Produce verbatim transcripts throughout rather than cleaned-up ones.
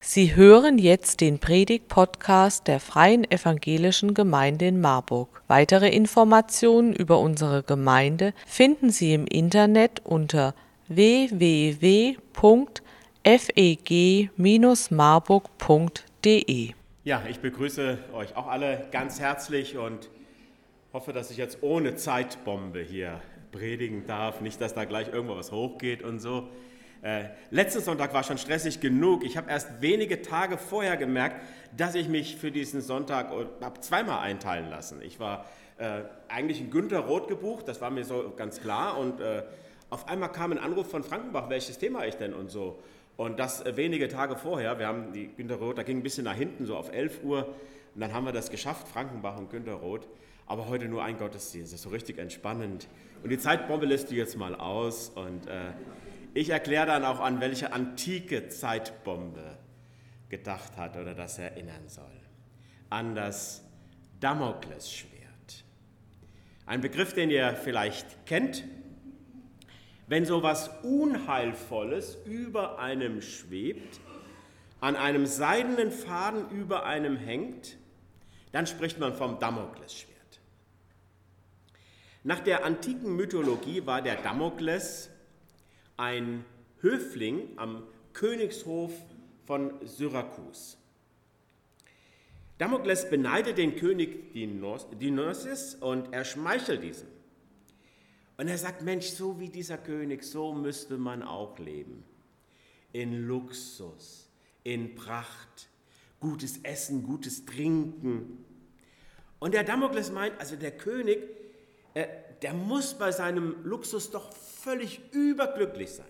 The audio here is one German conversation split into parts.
Sie hören jetzt den Predigt-Podcast der Freien Evangelischen Gemeinde in Marburg. Weitere Informationen über unsere Gemeinde finden Sie im Internet unter w w w punkt f e g Bindestrich marburg punkt d e. Ja, ich begrüße euch auch alle ganz herzlich und hoffe, dass ich jetzt ohne Zeitbombe hier predigen darf. Nicht, dass da gleich irgendwo was hochgeht und so. Äh, letzten Sonntag war schon stressig genug. Ich habe erst wenige Tage vorher gemerkt, dass ich mich für diesen Sonntag habe zweimal einteilen lassen. Ich war äh, eigentlich in Günter Roth gebucht, das war mir so ganz klar. Und äh, auf einmal kam ein Anruf von Frankenbach, welches Thema ich denn und so. Und das äh, wenige Tage vorher. Wir haben die Günter Roth, da ging ein bisschen nach hinten, so auf elf Uhr. Und dann haben wir das geschafft, Frankenbach und Günter Roth. Aber heute nur ein Gottesdienst, das ist so richtig entspannend. Und die Zeitbombe lässt die jetzt mal aus und äh, ich erkläre dann auch, an welche antike Zeitbombe gedacht hat oder das erinnern soll. An das Damoklesschwert. Ein Begriff, den ihr vielleicht kennt. Wenn sowas Unheilvolles über einem schwebt, an einem seidenen Faden über einem hängt, dann spricht man vom Damoklesschwert. Nach der antiken Mythologie war der Damokles ein Höfling am Königshof von Syrakus. Damokles beneidet den König Dionysios und er schmeichelt diesem. Und er sagt, Mensch, so wie dieser König, so müsste man auch leben. In Luxus, in Pracht, gutes Essen, gutes Trinken. Und der Damokles meint, also der König, äh, der muss bei seinem Luxus doch völlig überglücklich sein.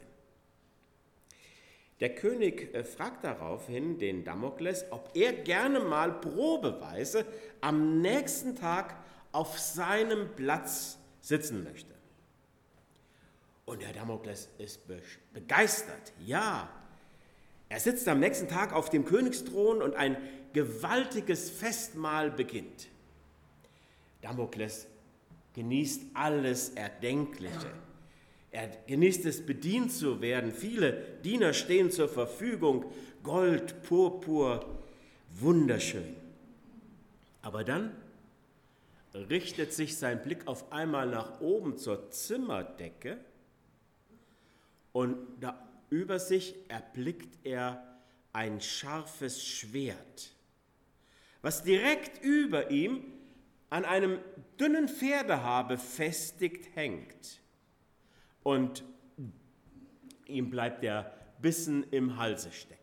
Der König äh, fragt daraufhin den Damokles, ob er gerne mal probeweise am nächsten Tag auf seinem Platz sitzen möchte. Und der Damokles ist be- begeistert. Ja, er sitzt am nächsten Tag auf dem Königsthron und ein gewaltiges Festmahl beginnt. Damokles genießt alles Erdenkliche. Er genießt es, bedient zu werden. Viele Diener stehen zur Verfügung. Gold, Purpur, wunderschön. Aber dann richtet sich sein Blick auf einmal nach oben zur Zimmerdecke und da über sich erblickt er ein scharfes Schwert, was direkt über ihm an einem dünnen Pferdehaar befestigt hängt. Und ihm bleibt der Bissen im Halse stecken.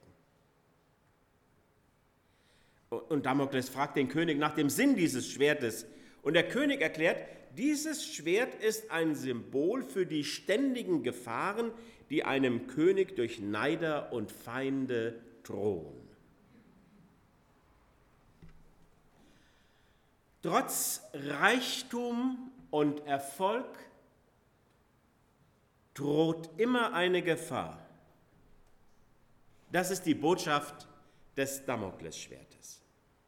Und Damokles fragt den König nach dem Sinn dieses Schwertes. Und der König erklärt, dieses Schwert ist ein Symbol für die ständigen Gefahren, die einem König durch Neider und Feinde drohen. Trotz Reichtum und Erfolg droht immer eine Gefahr. Das ist die Botschaft des Damoklesschwertes.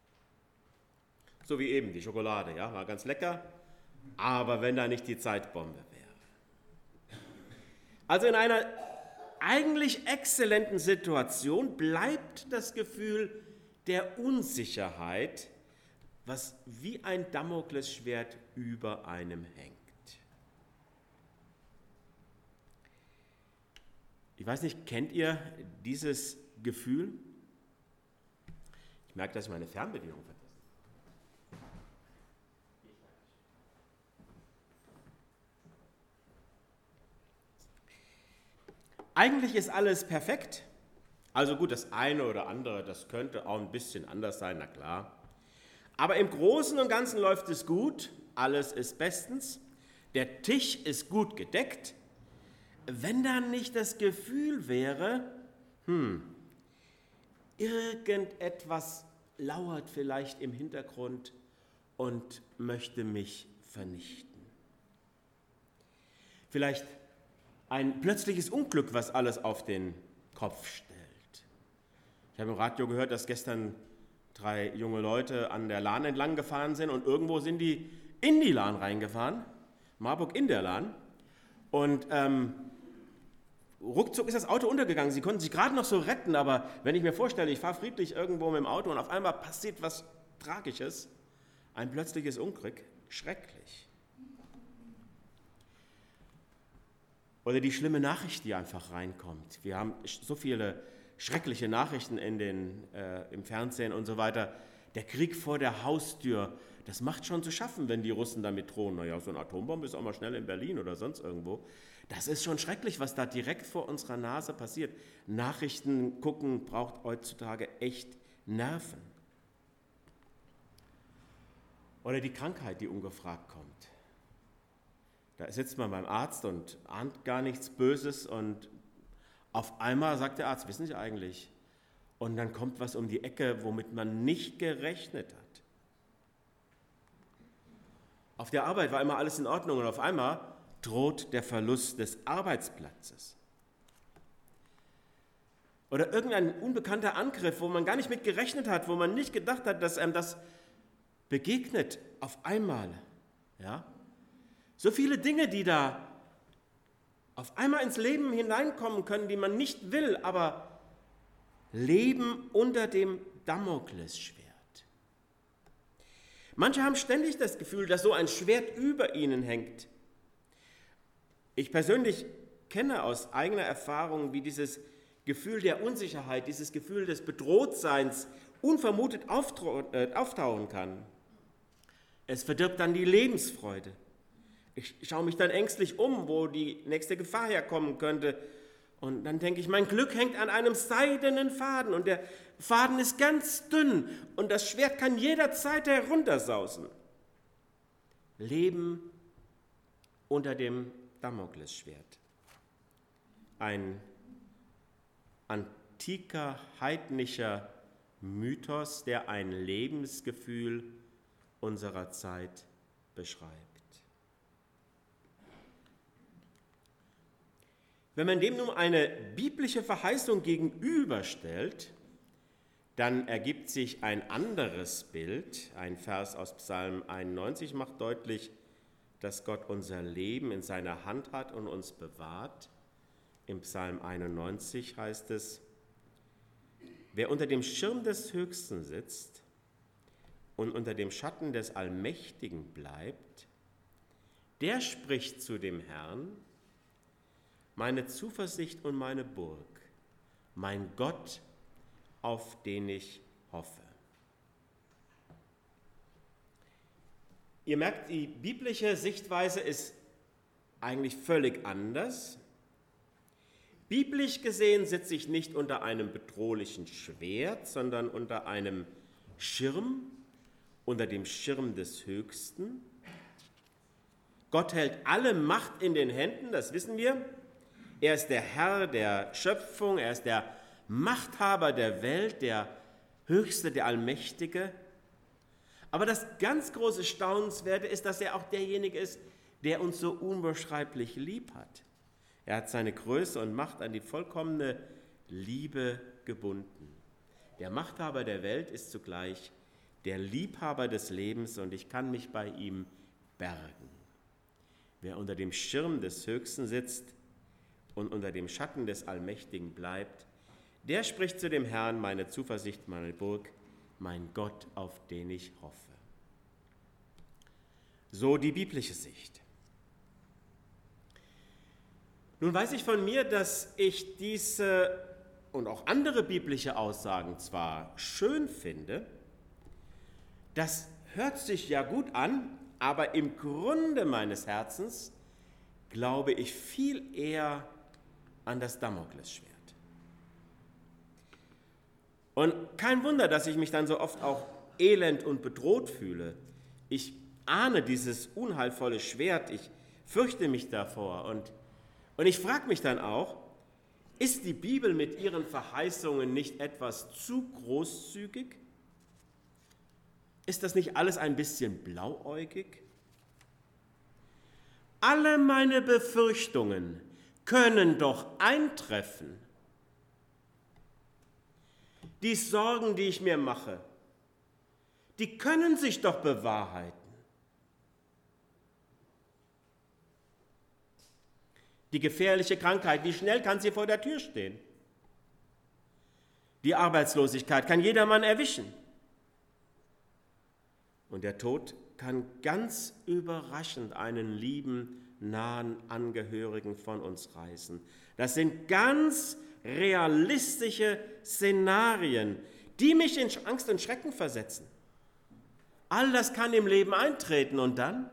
So wie eben die Schokolade, ja, war ganz lecker, aber wenn da nicht die Zeitbombe wäre. Also in einer eigentlich exzellenten Situation bleibt das Gefühl der Unsicherheit, was wie ein Damoklesschwert über einem hängt. Ich weiß nicht, kennt ihr dieses Gefühl? Ich merke, dass ich meine Fernbedienung vergesse. Eigentlich ist alles perfekt. Also gut, das eine oder andere, das könnte auch ein bisschen anders sein, na klar. Aber im Großen und Ganzen läuft es gut, alles ist bestens, der Tisch ist gut gedeckt. Wenn dann nicht das Gefühl wäre, hm, irgendetwas lauert vielleicht im Hintergrund und möchte mich vernichten. Vielleicht ein plötzliches Unglück, was alles auf den Kopf stellt. Ich habe im Radio gehört, dass gestern drei junge Leute an der Lahn entlang gefahren sind und irgendwo sind die in die Lahn reingefahren, Marburg in der Lahn. Und ähm, ruckzuck ist das Auto untergegangen. Sie konnten sich gerade noch so retten, aber wenn ich mir vorstelle, ich fahre friedlich irgendwo mit dem Auto und auf einmal passiert was Tragisches, ein plötzliches Unglück, schrecklich. Oder die schlimme Nachricht, die einfach reinkommt. Wir haben so viele schreckliche Nachrichten in den, äh, im Fernsehen und so weiter. Der Krieg vor der Haustür, das macht schon zu schaffen, wenn die Russen damit drohen. Naja, so eine Atombombe ist auch mal schnell in Berlin oder sonst irgendwo. Das ist schon schrecklich, was da direkt vor unserer Nase passiert. Nachrichten gucken braucht heutzutage echt Nerven. Oder die Krankheit, die ungefragt kommt. Da sitzt man beim Arzt und ahnt gar nichts Böses und auf einmal sagt der Arzt, wissen Sie eigentlich? Und dann kommt was um die Ecke, womit man nicht gerechnet hat. Auf der Arbeit war immer alles in Ordnung und auf einmal droht der Verlust des Arbeitsplatzes. Oder irgendein unbekannter Angriff, wo man gar nicht mit gerechnet hat, wo man nicht gedacht hat, dass einem das begegnet auf einmal. Ja? So viele Dinge, die da auf einmal ins Leben hineinkommen können, die man nicht will, aber leben unter dem Damoklesschwert. Manche haben ständig das Gefühl, dass so ein Schwert über ihnen hängt. Ich persönlich kenne aus eigener Erfahrung, wie dieses Gefühl der Unsicherheit, dieses Gefühl des Bedrohtseins unvermutet auftauchen kann. Es verdirbt dann die Lebensfreude. Ich schaue mich dann ängstlich um, wo die nächste Gefahr herkommen könnte. Und dann denke ich, mein Glück hängt an einem seidenen Faden und der Faden ist ganz dünn und das Schwert kann jederzeit heruntersausen. Leben unter dem Damoklesschwert. Ein antiker, heidnischer Mythos, der ein Lebensgefühl unserer Zeit beschreibt. Wenn man dem nun eine biblische Verheißung gegenüberstellt, dann ergibt sich ein anderes Bild. Ein Vers aus Psalm einundneunzig macht deutlich, dass Gott unser Leben in seiner Hand hat und uns bewahrt. Im Psalm einundneunzig heißt es, wer unter dem Schirm des Höchsten sitzt und unter dem Schatten des Allmächtigen bleibt, der spricht zu dem Herrn, meine Zuversicht und meine Burg, mein Gott, auf den ich hoffe. Ihr merkt, die biblische Sichtweise ist eigentlich völlig anders. Biblisch gesehen sitze ich nicht unter einem bedrohlichen Schwert, sondern unter einem Schirm, unter dem Schirm des Höchsten. Gott hält alle Macht in den Händen, das wissen wir. Er ist der Herr der Schöpfung, er ist der Machthaber der Welt, der Höchste, der Allmächtige. Aber das ganz große Staunenswerte ist, dass er auch derjenige ist, der uns so unbeschreiblich lieb hat. Er hat seine Größe und Macht an die vollkommene Liebe gebunden. Der Machthaber der Welt ist zugleich der Liebhaber des Lebens und ich kann mich bei ihm bergen. Wer unter dem Schirm des Höchsten sitzt und unter dem Schatten des Allmächtigen bleibt, der spricht zu dem Herrn, meine Zuversicht, meine Burg, mein Gott, auf den ich hoffe. So die biblische Sicht. Nun weiß ich von mir, dass ich diese und auch andere biblische Aussagen zwar schön finde, das hört sich ja gut an, aber im Grunde meines Herzens glaube ich viel eher an das Damoklesschwert. Und kein Wunder, dass ich mich dann so oft auch elend und bedroht fühle. Ich ahne dieses unheilvolle Schwert, ich fürchte mich davor und, und ich frage mich dann auch, ist die Bibel mit ihren Verheißungen nicht etwas zu großzügig? Ist das nicht alles ein bisschen blauäugig? Alle meine Befürchtungen können doch eintreffen. Die Sorgen, die ich mir mache, die können sich doch bewahrheiten. Die gefährliche Krankheit, wie schnell kann sie vor der Tür stehen? Die Arbeitslosigkeit kann jedermann erwischen. Und der Tod kann ganz überraschend einen lieben, nahen Angehörigen von uns reißen. Das sind ganz realistische Szenarien, die mich in Angst und Schrecken versetzen. All das kann im Leben eintreten und dann?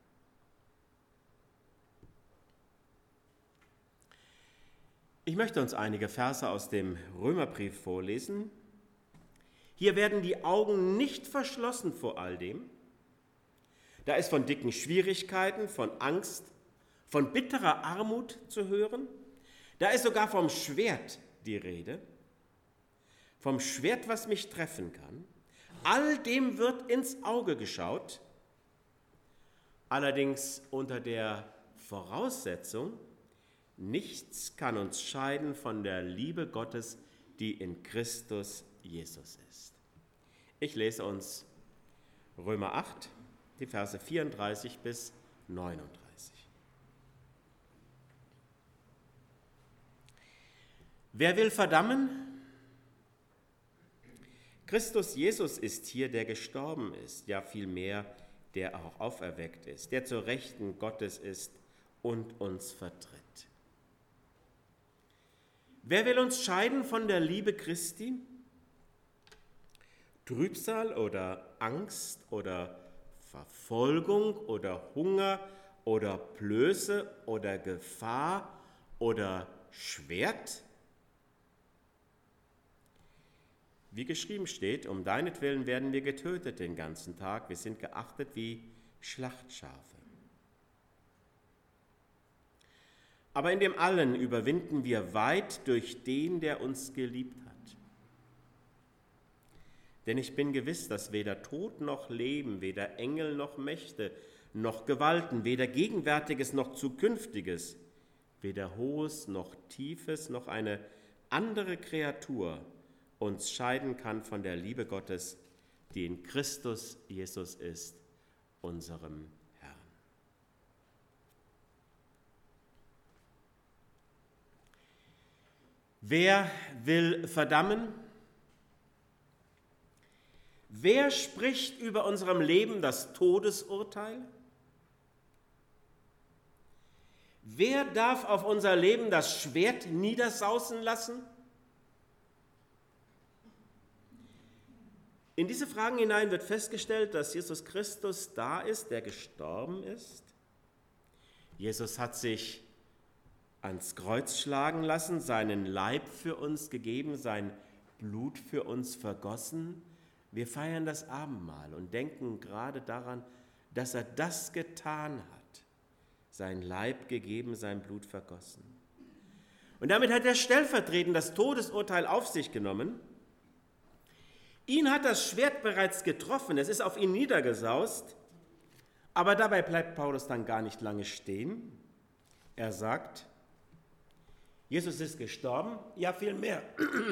Ich möchte uns einige Verse aus dem Römerbrief vorlesen. Hier werden die Augen nicht verschlossen vor all dem. Da ist von dicken Schwierigkeiten, von Angst, von bitterer Armut zu hören. Da ist sogar vom Schwert die Rede, vom Schwert, was mich treffen kann. All dem wird ins Auge geschaut, allerdings unter der Voraussetzung, nichts kann uns scheiden von der Liebe Gottes, die in Christus Jesus ist. Ich lese uns Römer acht, die Verse vierunddreißig bis neununddreißig. Wer will verdammen? Christus Jesus ist hier, der gestorben ist, ja vielmehr, der auch auferweckt ist, der zur Rechten Gottes ist und uns vertritt. Wer will uns scheiden von der Liebe Christi? Trübsal oder Angst oder Verfolgung oder Hunger oder Blöße oder Gefahr oder Schwert? Wie geschrieben steht, um deinetwillen werden wir getötet den ganzen Tag, wir sind geachtet wie Schlachtschafe. Aber in dem Allen überwinden wir weit durch den, der uns geliebt hat. Denn ich bin gewiss, dass weder Tod noch Leben, weder Engel noch Mächte, noch Gewalten, weder Gegenwärtiges noch Zukünftiges, weder Hohes noch Tiefes, noch eine andere Kreatur uns scheiden kann von der Liebe Gottes, die in Christus Jesus ist, unserem Herrn. Wer will verdammen? Wer spricht über unserem Leben das Todesurteil? Wer darf auf unser Leben das Schwert niedersausen lassen? In diese Fragen hinein wird festgestellt, dass Jesus Christus da ist, der gestorben ist. Jesus hat sich ans Kreuz schlagen lassen, seinen Leib für uns gegeben, sein Blut für uns vergossen. Wir feiern das Abendmahl und denken gerade daran, dass er das getan hat, sein Leib gegeben, sein Blut vergossen. Und damit hat er stellvertretend das Todesurteil auf sich genommen. Ihn hat das Schwert bereits getroffen, es ist auf ihn niedergesaust, aber dabei bleibt Paulus dann gar nicht lange stehen. Er sagt, Jesus ist gestorben, ja viel mehr,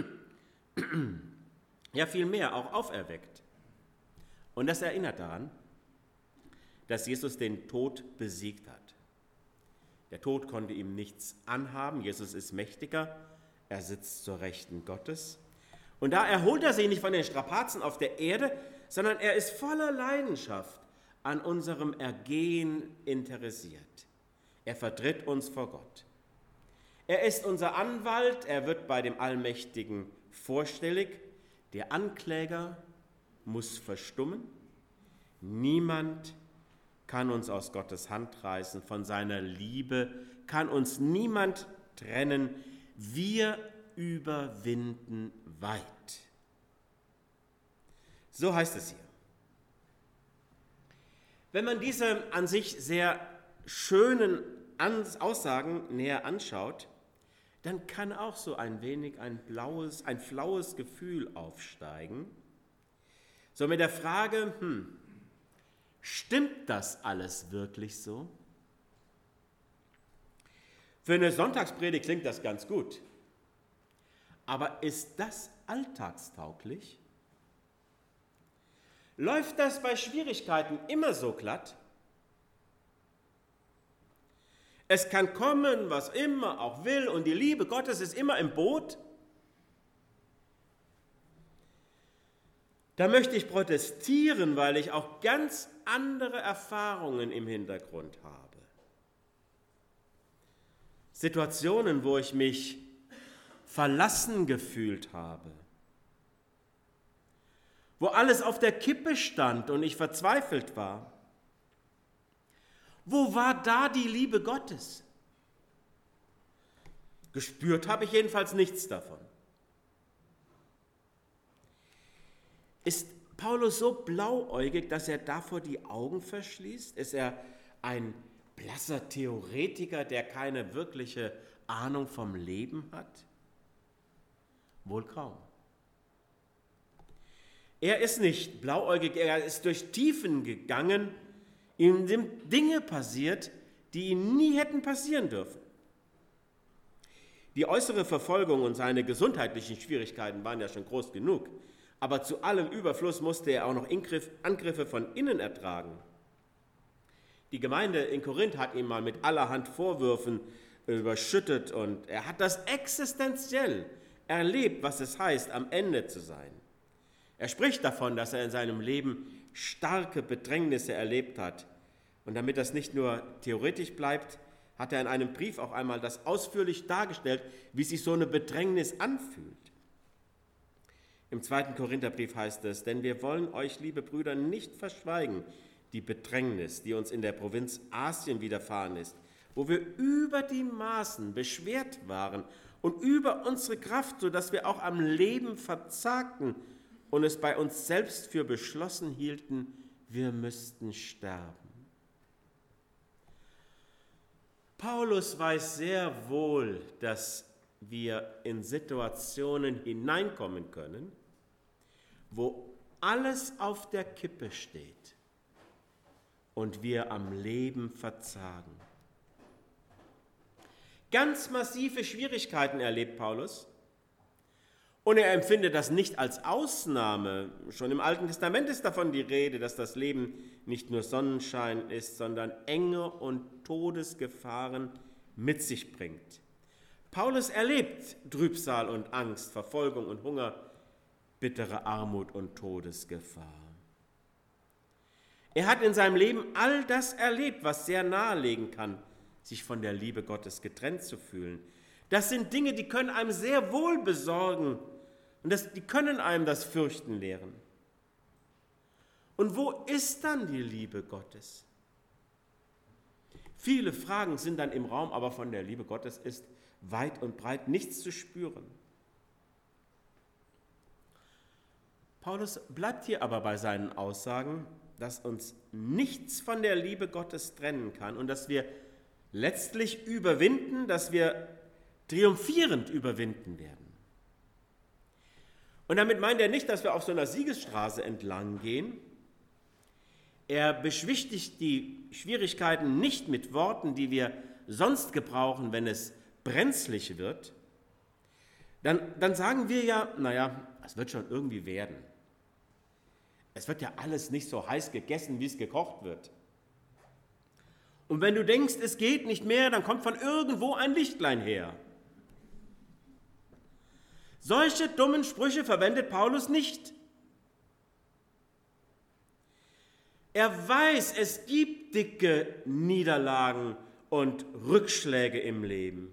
ja viel mehr, auch auferweckt. Und das erinnert daran, dass Jesus den Tod besiegt hat. Der Tod konnte ihm nichts anhaben, Jesus ist mächtiger, er sitzt zur Rechten Gottes. Und da erholt er sich nicht von den Strapazen auf der Erde, sondern er ist voller Leidenschaft an unserem Ergehen interessiert. Er vertritt uns vor Gott. Er ist unser Anwalt, er wird bei dem Allmächtigen vorstellig. Der Ankläger muss verstummen. Niemand kann uns aus Gottes Hand reißen, von seiner Liebe kann uns niemand trennen. Wir überwinden weit. So heißt es hier. Wenn man diese an sich sehr schönen Aussagen näher anschaut, dann kann auch so ein wenig ein blaues, ein flaues Gefühl aufsteigen. So mit der Frage, hm, stimmt das alles wirklich so? Für eine Sonntagspredigt klingt das ganz gut. Aber ist das alltagstauglich? Läuft das bei Schwierigkeiten immer so glatt? Es kann kommen, was immer auch will, und die Liebe Gottes ist immer im Boot. Da möchte ich protestieren, weil ich auch ganz andere Erfahrungen im Hintergrund habe. Situationen, wo ich mich verlassen gefühlt habe, wo alles auf der Kippe stand und ich verzweifelt war. Wo war da die Liebe Gottes? Gespürt habe ich jedenfalls nichts davon. Ist Paulus so blauäugig, dass er davor die Augen verschließt? Ist er ein blasser Theoretiker, der keine wirkliche Ahnung vom Leben hat? Wohl kaum. Er ist nicht blauäugig, er ist durch Tiefen gegangen, ihm sind Dinge passiert, die ihm nie hätten passieren dürfen. Die äußere Verfolgung und seine gesundheitlichen Schwierigkeiten waren ja schon groß genug, aber zu allem Überfluss musste er auch noch Angriffe von innen ertragen. Die Gemeinde in Korinth hat ihn mal mit allerhand Vorwürfen überschüttet und er hat das existenziell erlebt, was es heißt, am Ende zu sein. Er spricht davon, dass er in seinem Leben starke Bedrängnisse erlebt hat. Und damit das nicht nur theoretisch bleibt, hat er in einem Brief auch einmal das ausführlich dargestellt, wie sich so eine Bedrängnis anfühlt. Im zweiten Korintherbrief heißt es, denn wir wollen euch, liebe Brüder, nicht verschweigen, die Bedrängnis, die uns in der Provinz Asien widerfahren ist, wo wir über die Maßen beschwert waren und über unsere Kraft, sodass wir auch am Leben verzagten und es bei uns selbst für beschlossen hielten, wir müssten sterben. Paulus weiß sehr wohl, dass wir in Situationen hineinkommen können, wo alles auf der Kippe steht und wir am Leben verzagen. Ganz massive Schwierigkeiten erlebt Paulus und er empfindet das nicht als Ausnahme. Schon im Alten Testament ist davon die Rede, dass das Leben nicht nur Sonnenschein ist, sondern enge und Todesgefahren mit sich bringt. Paulus erlebt Trübsal und Angst, Verfolgung und Hunger, bittere Armut und Todesgefahr. Er hat in seinem Leben all das erlebt, was sehr nahelegen kann, sich von der Liebe Gottes getrennt zu fühlen. Das sind Dinge, die können einem sehr wohl besorgen und das, die können einem das Fürchten lehren. Und wo ist dann die Liebe Gottes? Viele Fragen sind dann im Raum, aber von der Liebe Gottes ist weit und breit nichts zu spüren. Paulus bleibt hier aber bei seinen Aussagen, dass uns nichts von der Liebe Gottes trennen kann und dass wir letztlich überwinden, dass wir triumphierend überwinden werden. Und damit meint er nicht, dass wir auf so einer Siegesstraße entlang gehen. Er beschwichtigt die Schwierigkeiten nicht mit Worten, die wir sonst gebrauchen, wenn es brenzlig wird. Dann, dann sagen wir ja, naja, es wird schon irgendwie werden. Es wird ja alles nicht so heiß gegessen, wie es gekocht wird. Und wenn du denkst, es geht nicht mehr, dann kommt von irgendwo ein Lichtlein her. Solche dummen Sprüche verwendet Paulus nicht. Er weiß, es gibt dicke Niederlagen und Rückschläge im Leben.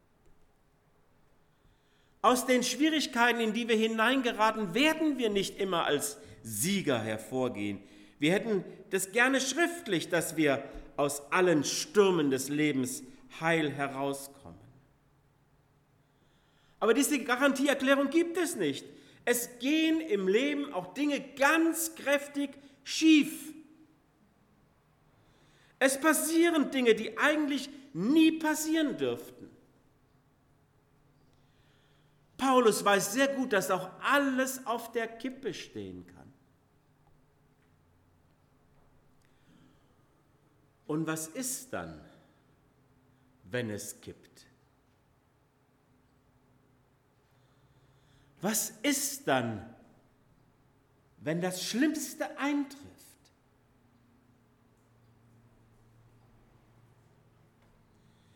Aus den Schwierigkeiten, in die wir hineingeraten, werden wir nicht immer als Sieger hervorgehen. Wir hätten das gerne schriftlich, dass wir aus allen Stürmen des Lebens heil herauskommen. Aber diese Garantieerklärung gibt es nicht. Es gehen im Leben auch Dinge ganz kräftig schief. Es passieren Dinge, die eigentlich nie passieren dürften. Paulus weiß sehr gut, dass auch alles auf der Kippe stehen kann. Und was ist dann, wenn es kippt? Was ist dann, wenn das Schlimmste eintrifft?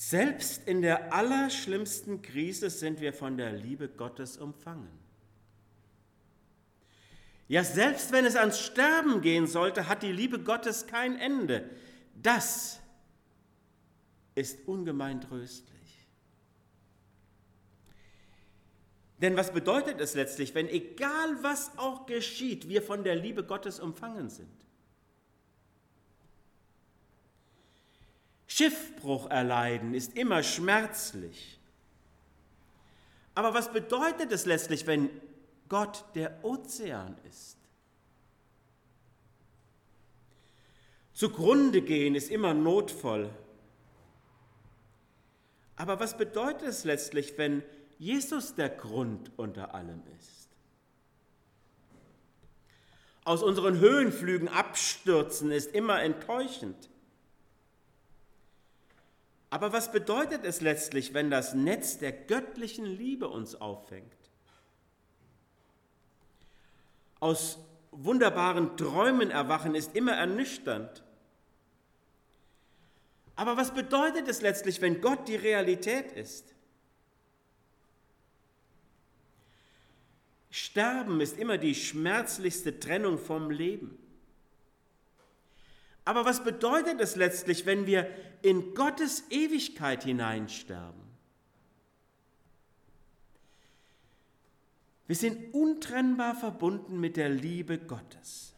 Selbst in der allerschlimmsten Krise sind wir von der Liebe Gottes umfangen. Ja, selbst wenn es ans Sterben gehen sollte, hat die Liebe Gottes kein Ende. Das ist ungemein tröstlich. Denn was bedeutet es letztlich, wenn egal was auch geschieht, wir von der Liebe Gottes umfangen sind? Schiffbruch erleiden ist immer schmerzlich. Aber was bedeutet es letztlich, wenn Gott der Ozean ist? Zugrunde gehen ist immer notvoll. Aber was bedeutet es letztlich, wenn Jesus der Grund unter allem ist? Aus unseren Höhenflügen abstürzen ist immer enttäuschend. Aber was bedeutet es letztlich, wenn das Netz der göttlichen Liebe uns auffängt? Aus wunderbaren Träumen erwachen ist immer ernüchternd. Aber was bedeutet es letztlich, wenn Gott die Realität ist? Sterben ist immer die schmerzlichste Trennung vom Leben. Aber was bedeutet es letztlich, wenn wir in Gottes Ewigkeit hineinsterben? Wir sind untrennbar verbunden mit der Liebe Gottes.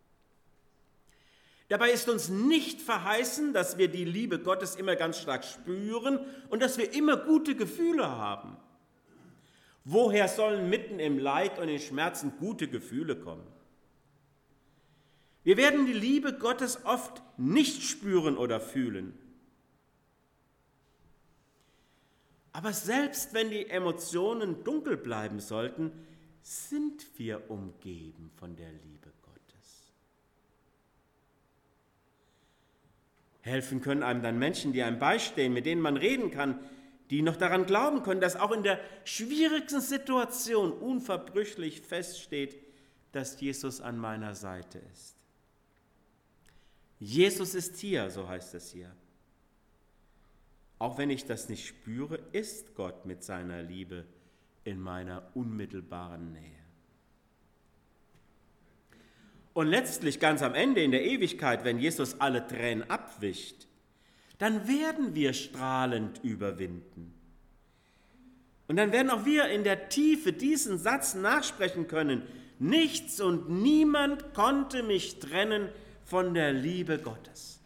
Dabei ist uns nicht verheißen, dass wir die Liebe Gottes immer ganz stark spüren und dass wir immer gute Gefühle haben. Woher sollen mitten im Leid und in Schmerzen gute Gefühle kommen? Wir werden die Liebe Gottes oft nicht spüren oder fühlen. Aber selbst wenn die Emotionen dunkel bleiben sollten, sind wir umgeben von der Liebe Gottes. Helfen können einem dann Menschen, die einem beistehen, mit denen man reden kann, die noch daran glauben können, dass auch in der schwierigsten Situation unverbrüchlich feststeht, dass Jesus an meiner Seite ist. Jesus ist hier, so heißt es hier. Auch wenn ich das nicht spüre, ist Gott mit seiner Liebe in meiner unmittelbaren Nähe. Und letztlich ganz am Ende in der Ewigkeit, wenn Jesus alle Tränen abwischt, dann werden wir strahlend überwinden. Und dann werden auch wir in der Tiefe diesen Satz nachsprechen können: Nichts und niemand konnte mich trennen von der Liebe Gottes.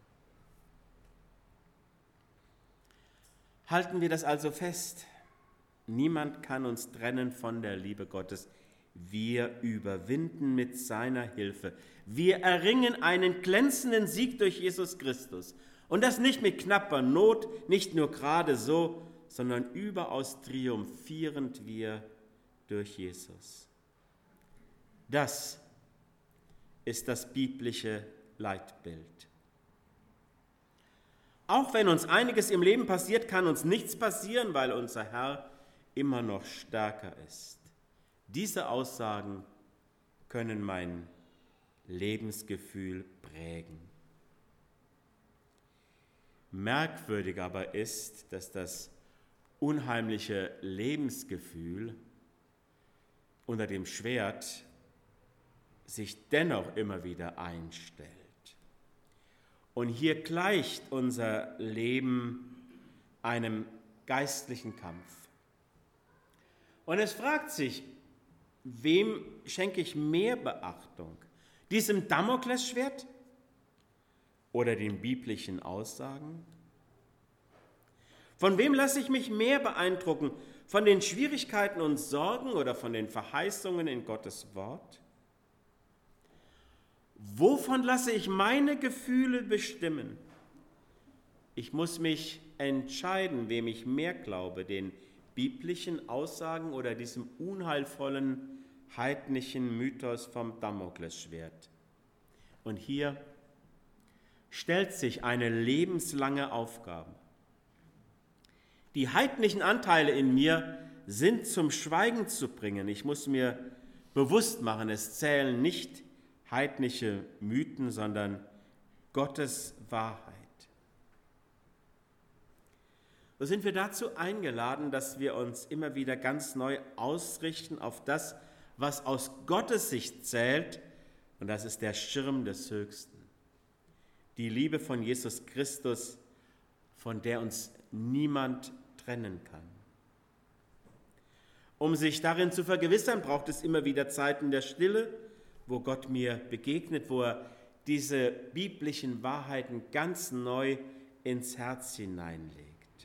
Halten wir das also fest. Niemand kann uns trennen von der Liebe Gottes. Wir überwinden mit seiner Hilfe. Wir erringen einen glänzenden Sieg durch Jesus Christus. Und das nicht mit knapper Not, nicht nur gerade so, sondern überaus triumphierend wir durch Jesus. Das ist das biblische Leitbild. Auch wenn uns einiges im Leben passiert, kann uns nichts passieren, weil unser Herr immer noch stärker ist. Diese Aussagen können mein Lebensgefühl prägen. Merkwürdig aber ist, dass das unheimliche Lebensgefühl unter dem Schwert sich dennoch immer wieder einstellt. Und hier gleicht unser Leben einem geistlichen Kampf. Und es fragt sich, wem schenke ich mehr Beachtung? Diesem Damoklesschwert oder den biblischen Aussagen? Von wem lasse ich mich mehr beeindrucken? Von den Schwierigkeiten und Sorgen oder von den Verheißungen in Gottes Wort? Wovon lasse ich meine Gefühle bestimmen? Ich muss mich entscheiden, wem ich mehr glaube, den biblischen Aussagen oder diesem unheilvollen heidnischen Mythos vom Damoklesschwert. Und hier stellt sich eine lebenslange Aufgabe. Die heidnischen Anteile in mir sind zum Schweigen zu bringen. Ich muss mir bewusst machen, es zählen nicht heidnische Mythen, sondern Gottes Wahrheit. So sind wir dazu eingeladen, dass wir uns immer wieder ganz neu ausrichten auf das, was aus Gottes Sicht zählt, und das ist der Schirm des Höchsten. Die Liebe von Jesus Christus, von der uns niemand trennen kann. Um sich darin zu vergewissern, braucht es immer wieder Zeiten der Stille, wo Gott mir begegnet, wo er diese biblischen Wahrheiten ganz neu ins Herz hineinlegt.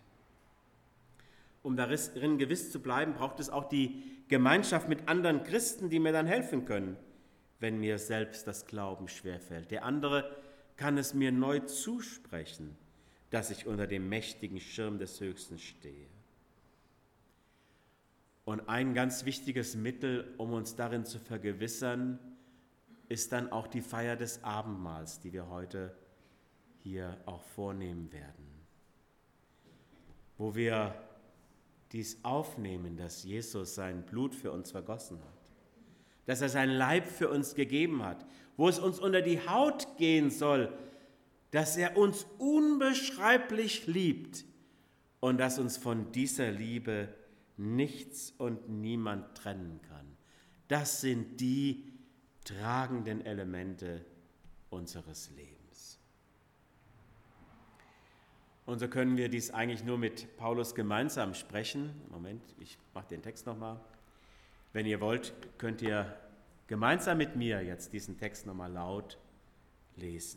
Um darin gewiss zu bleiben, braucht es auch die Gemeinschaft mit anderen Christen, die mir dann helfen können, wenn mir selbst das Glauben schwerfällt. Der andere kann es mir neu zusprechen, dass ich unter dem mächtigen Schirm des Höchsten stehe. Und ein ganz wichtiges Mittel, um uns darin zu vergewissern, ist dann auch die Feier des Abendmahls, die wir heute hier auch vornehmen werden, wo wir dies aufnehmen, dass Jesus sein Blut für uns vergossen hat, dass er sein Leib für uns gegeben hat, wo es uns unter die Haut gehen soll, dass er uns unbeschreiblich liebt und dass uns von dieser Liebe nichts und niemand trennen kann. Das sind die tragenden Elemente unseres Lebens. Und so können wir dies eigentlich nur mit Paulus gemeinsam sprechen. Moment, ich mache den Text nochmal. Wenn ihr wollt, könnt ihr gemeinsam mit mir jetzt diesen Text nochmal laut lesen.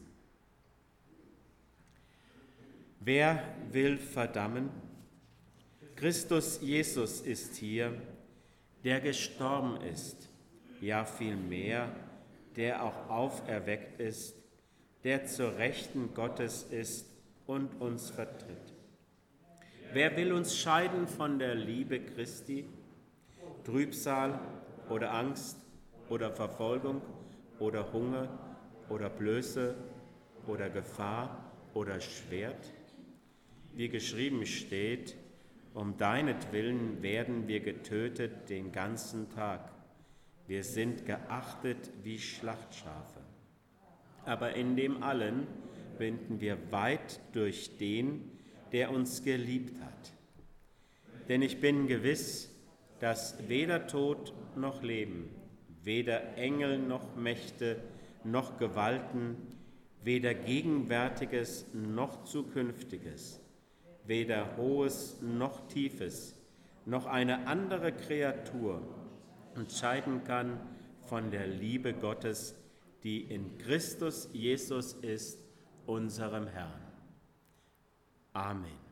Wer will verdammen? Christus Jesus ist hier, der gestorben ist, ja vielmehr, der auch auferweckt ist, der zur Rechten Gottes ist und uns vertritt. Wer will uns scheiden von der Liebe Christi? Trübsal oder Angst oder Verfolgung oder Hunger oder Blöße oder Gefahr oder Schwert? Wie geschrieben steht, um deinetwillen werden wir getötet den ganzen Tag. Wir sind geachtet wie Schlachtschafe. Aber in dem allen binden wir weit durch den, der uns geliebt hat. Denn ich bin gewiss, dass weder Tod noch Leben, weder Engel noch Mächte noch Gewalten, weder Gegenwärtiges noch Zukünftiges, weder Hohes noch Tiefes, noch eine andere Kreatur entscheiden kann von der Liebe Gottes, die in Christus Jesus ist, unserem Herrn. Amen.